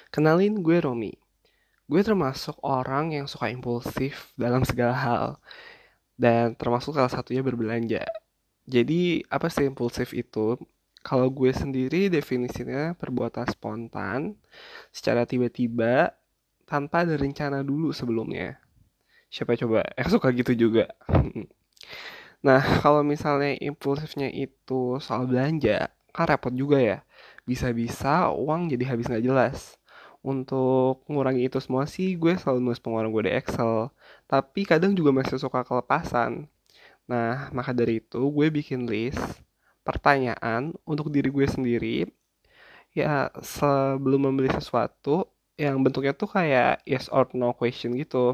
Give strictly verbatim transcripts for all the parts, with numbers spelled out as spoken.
Kenalin gue Romi. Gue termasuk orang yang suka impulsif dalam segala hal. Dan termasuk salah satunya berbelanja. Jadi apa sih impulsif itu? Kalau gue sendiri definisinya perbuatan spontan, secara tiba-tiba, tanpa ada rencana dulu sebelumnya. Siapa coba yang suka gitu juga? Nah, kalau misalnya impulsifnya itu soal belanja, kan repot juga ya. Bisa-bisa uang jadi habis nggak jelas. Untuk ngurangi itu semua sih, gue selalu nulis pengeluaran gue di Excel. Tapi kadang juga masih suka kelepasan. Nah, maka dari itu gue bikin list pertanyaan untuk diri gue sendiri. Ya, sebelum membeli sesuatu yang bentuknya tuh kayak yes or no question gitu.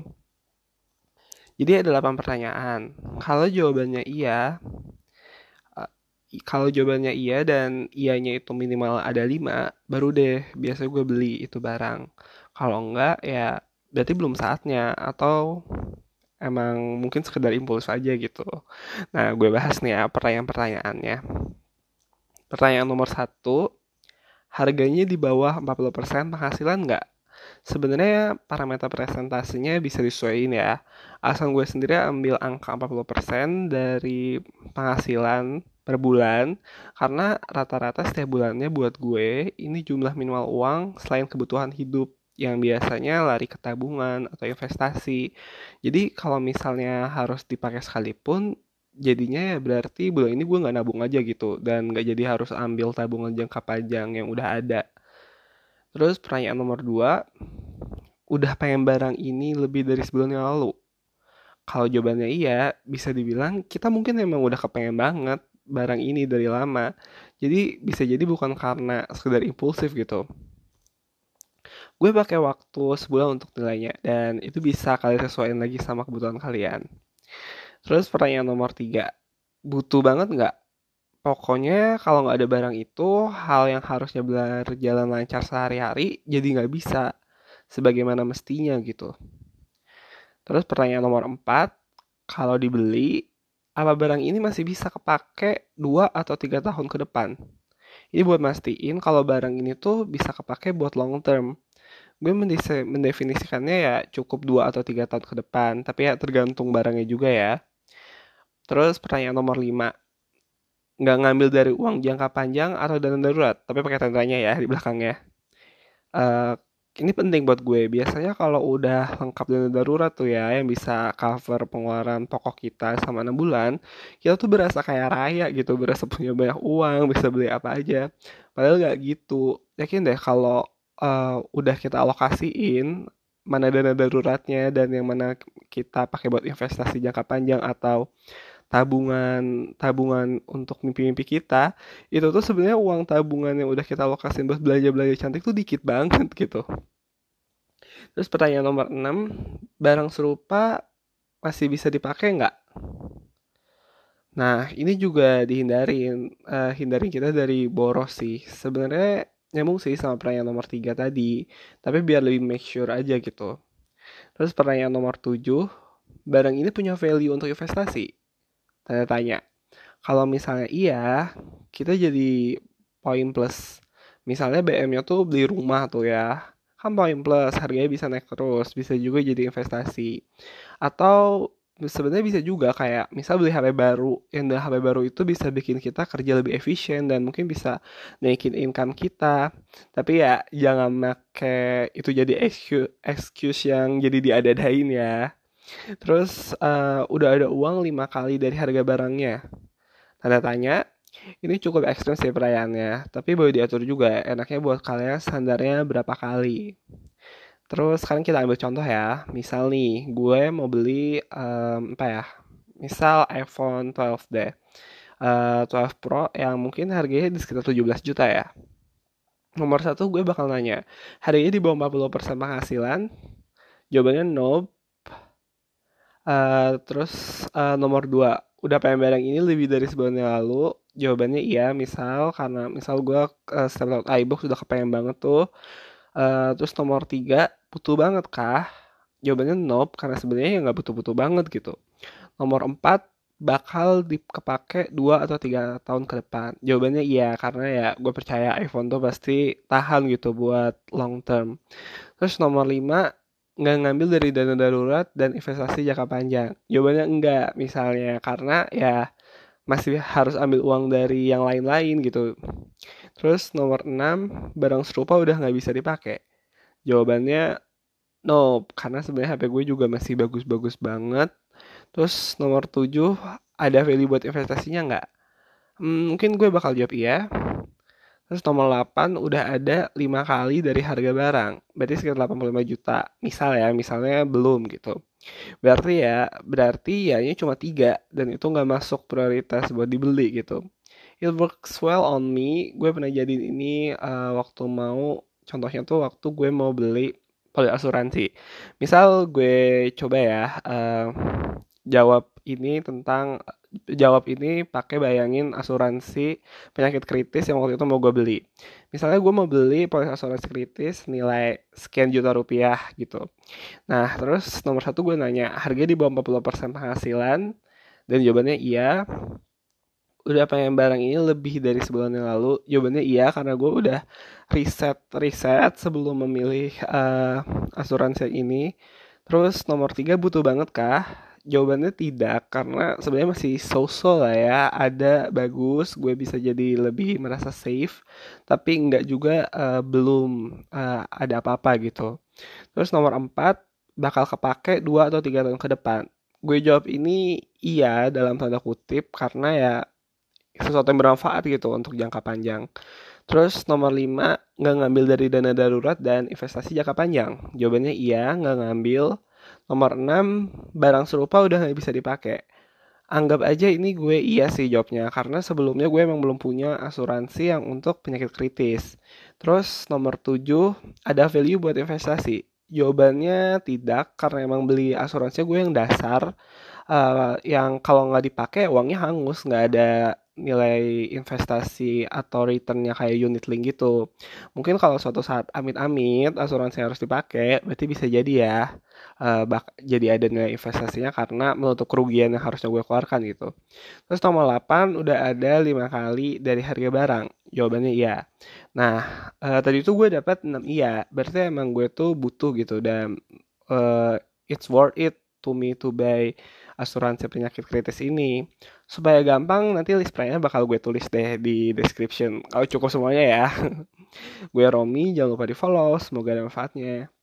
Jadi ada delapan pertanyaan. Kalau jawabannya iya, Uh, kalau jawabannya iya dan iyanya itu minimal ada lima, baru deh biasanya gue beli itu barang. Kalau enggak ya berarti belum saatnya atau emang mungkin sekedar impuls aja gitu. Nah, gue bahas nih ya pertanyaan-pertanyaannya. Pertanyaan nomor satu, harganya di bawah empat puluh persen penghasilan nggak? Sebenarnya parameter presentasinya bisa disesuaikan ya. Asal gue sendiri ambil angka empat puluh persen dari penghasilan per bulan karena rata-rata setiap bulannya buat gue ini jumlah minimal uang selain kebutuhan hidup yang biasanya lari ke tabungan atau investasi. Jadi kalau misalnya harus dipakai sekalipun jadinya ya berarti bulan ini gue nggak nabung aja gitu dan nggak jadi harus ambil tabungan jangka panjang yang udah ada. Terus pertanyaan nomor dua, udah pengen barang ini lebih dari sebulan yang lalu? Kalau jawabannya iya, bisa dibilang kita mungkin emang udah kepengen banget barang ini dari lama. Jadi bisa jadi bukan karena sekedar impulsif gitu. Gue pakai waktu sebulan untuk nilainya dan itu bisa kalian sesuaiin lagi sama kebutuhan kalian. Terus pertanyaan nomor tiga, butuh banget nggak? Pokoknya kalau nggak ada barang itu, hal yang harusnya berjalan lancar sehari-hari jadi nggak bisa sebagaimana mestinya gitu. Terus pertanyaan nomor empat, kalau dibeli, apa barang ini masih bisa kepake dua atau tiga tahun ke depan? Ini buat mastiin kalau barang ini tuh bisa kepake buat long term. Gue mendefinisikannya ya cukup dua atau tiga tahun ke depan, tapi ya tergantung barangnya juga ya. Terus pertanyaan nomor lima, nggak ngambil dari uang jangka panjang atau dana darurat, tapi pakai tandanya ya di belakangnya. Eh, ini penting buat gue. Biasanya kalau udah lengkap dana darurat tuh ya, yang bisa cover pengeluaran pokok kita sama enam bulan, kita tuh berasa kayak raya gitu, berasa punya banyak uang, bisa beli apa aja. Padahal nggak gitu. Yakin deh kalau eh, udah kita alokasiin mana dana daruratnya dan yang mana kita pakai buat investasi jangka panjang atau tabungan tabungan untuk mimpi-mimpi kita, itu tuh sebenarnya uang tabungan yang udah kita alokasin buat belanja-belanja cantik tuh dikit banget gitu. Terus pertanyaan nomor enam, barang serupa masih bisa dipakai nggak? Nah, ini juga dihindarin, eh, hindarin kita dari boros sih. Sebenarnya nyambung sih sama pertanyaan nomor tiga tadi, tapi biar lebih make sure aja gitu. Terus pertanyaan nomor tujuh, barang ini punya value untuk investasi? Tanya tanya. Kalau misalnya iya, kita jadi poin plus. Misalnya B M-nya tuh beli rumah tuh ya. Kan poin plus, harganya bisa naik terus, bisa juga jadi investasi. Atau sebenarnya bisa juga kayak misal beli H P baru, yang dengan H P baru itu bisa bikin kita kerja lebih efisien dan mungkin bisa naikin income kita. Tapi ya jangan make itu jadi excuse, excuse yang jadi diada-adain ya. Terus eh, udah ada uang lima kali dari harga barangnya. Tanda tanya, ini cukup ekstrim sih perayaannya, tapi boleh diatur juga. Enaknya buat kalian standarnya berapa kali. Terus sekarang kita ambil contoh ya. Misal nih, gue mau beli em, apa ya? Misal iPhone twelve deh. Eh, twelve Pro yang mungkin harganya di sekitar tujuh belas juta ya. Nomor satu gue bakal nanya, harganya di bawah empat puluh persen penghasilan? Jawabannya no. Eh, terus eh, nomor dua, udah pengen barang ini lebih dari sebulan yang lalu? Jawabannya iya, misal karena misal gue uh, setiap lewat iBox udah kepengen banget tuh. Eh, terus nomor tiga, butuh banget kah? Jawabannya nope, karena sebenarnya ya nggak butuh-butuh banget gitu. Nomor empat, bakal dikepake dua atau tiga tahun ke depan? Jawabannya iya, karena ya gue percaya iPhone tuh pasti tahan gitu buat long term. Terus nomor lima, nggak ngambil dari dana darurat dan investasi jangka panjang. Jawabannya enggak, misalnya karena ya masih harus ambil uang dari yang lain-lain gitu. Terus nomor enam, barang serupa udah nggak bisa dipakai. Jawabannya no, karena sebenarnya H P gue juga masih bagus-bagus banget. Terus nomor tujuh, ada value buat investasinya nggak? Hmm, mungkin gue bakal jawab iya. Terus nomor delapan, udah ada lima kali dari harga barang. Berarti sekitar delapan puluh lima juta. Misal ya, misalnya belum gitu. Berarti ya, berarti ya ini cuma tiga. Dan itu nggak masuk prioritas buat dibeli gitu. It works well on me. Gue pernah jadiin ini uh, waktu mau, contohnya tuh waktu gue mau beli polis asuransi. Misal gue coba ya, uh, jawab ini tentang jawab ini pakai bayangin asuransi penyakit kritis yang waktu itu mau gue beli. Misalnya gue mau beli polis asuransi kritis nilai sekian juta rupiah gitu. Nah, terus nomor satu gue nanya, harga di bawah empat puluh persen penghasilan? Dan jawabannya iya. Udah pengen barang ini lebih dari sebulan yang lalu? Jawabannya iya, karena gue udah riset-riset sebelum memilih uh, asuransi ini. Terus nomor tiga, butuh banget kah? Jawabannya tidak, karena sebenarnya masih so-so lah ya. Ada bagus, gue bisa jadi lebih merasa safe, tapi nggak juga uh, belum uh, ada apa-apa gitu. Terus nomor empat, bakal kepake dua atau tiga tahun ke depan? Gue jawab ini iya dalam tanda kutip, karena ya sesuatu yang bermanfaat gitu untuk jangka panjang. Terus nomor lima, nggak ngambil dari dana darurat dan investasi jangka panjang? Jawabannya iya, nggak ngambil. Nomor enam, barang serupa udah nggak bisa dipakai. Anggap aja ini gue iya sih jawabnya, karena sebelumnya gue emang belum punya asuransi yang untuk penyakit kritis. Terus nomor tujuh, ada value buat investasi? Jawabannya tidak, karena emang beli asuransinya gue yang dasar, eh, yang kalau nggak dipakai uangnya hangus, nggak ada nilai investasi atau returnnya kayak unit link gitu. Mungkin kalau suatu saat amit-amit asuransi harus dipakai, berarti bisa jadi ya, eh, bak jadi ada nilai investasinya karena menutup kerugian yang harusnya gue keluarkan gitu. Terus nomor delapan, udah ada lima kali dari harga barang? Jawabannya iya. Nah, eh, tadi tuh gue dapat enam iya, berarti emang gue tuh butuh gitu, dan eh, it's worth it to me to buy asuransi penyakit kritis ini. Supaya gampang, nanti list price-nya bakal gue tulis deh di description. Kalau cukup semuanya ya. Gue Romi, jangan lupa di follow, semoga ada manfaatnya.